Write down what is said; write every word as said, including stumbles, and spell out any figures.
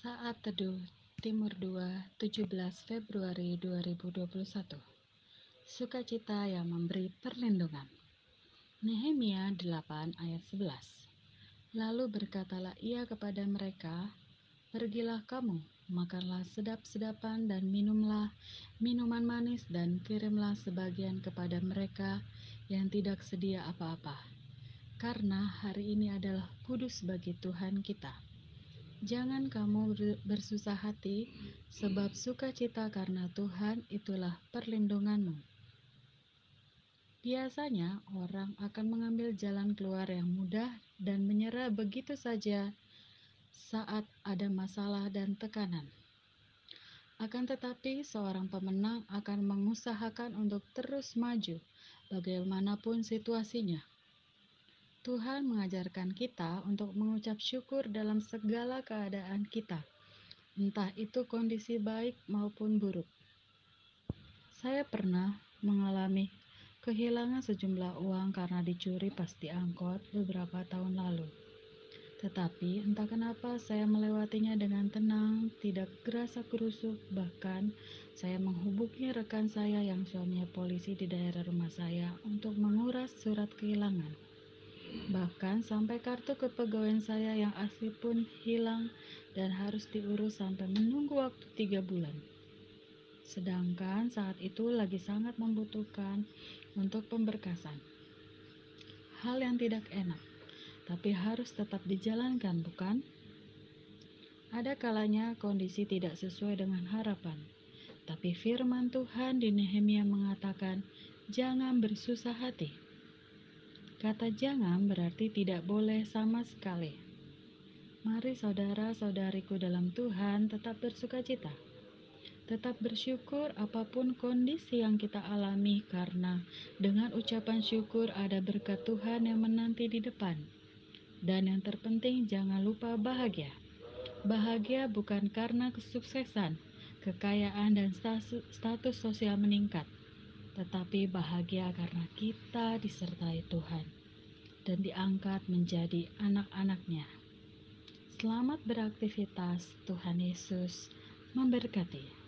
Saat Teduh Timur dua, tujuh belas Februari dua ribu dua puluh satu. Sukacita yang memberi perlindungan. Nehemia delapan ayat sebelas. Lalu berkatalah ia kepada mereka, "Pergilah kamu, makanlah sedap-sedapan dan minumlah minuman manis dan kirimlah sebagian kepada mereka yang tidak sedia apa-apa. Karena hari ini adalah kudus bagi Tuhan kita. Jangan kamu bersusah hati, sebab sukacita karena Tuhan itulah perlindunganmu." Biasanya orang akan mengambil jalan keluar yang mudah dan menyerah begitu saja saat ada masalah dan tekanan. Akan tetapi, seorang pemenang akan mengusahakan untuk terus maju, bagaimanapun situasinya. Tuhan mengajarkan kita untuk mengucap syukur dalam segala keadaan kita, entah itu kondisi baik maupun buruk. Saya pernah mengalami kehilangan sejumlah uang karena dicuri pas di angkot beberapa tahun lalu. Tetapi entah kenapa saya melewatinya dengan tenang, tidak gerasa gerusuk, bahkan saya menghubungi rekan saya yang suaminya polisi di daerah rumah saya untuk menguras surat kehilangan. Bahkan sampai kartu kepegawaian saya yang asli pun hilang dan harus diurus sampai menunggu waktu tiga bulan. Sedangkan saat itu lagi sangat membutuhkan untuk pemberkasan. Hal yang tidak enak, tapi harus tetap dijalankan, bukan? Ada kalanya kondisi tidak sesuai dengan harapan, tapi firman Tuhan di Nehemia mengatakan, "Jangan bersusah hati." Kata jangan berarti tidak boleh sama sekali. Mari saudara-saudariku dalam Tuhan tetap bersukacita. Tetap bersyukur apapun kondisi yang kita alami, karena dengan ucapan syukur ada berkat Tuhan yang menanti di depan. Dan yang terpenting jangan lupa bahagia. Bahagia bukan karena kesuksesan, kekayaan, dan status sosial meningkat, tetapi bahagia karena kita disertai Tuhan dan diangkat menjadi anak-anak-Nya. Selamat beraktivitas, Tuhan Yesus memberkati.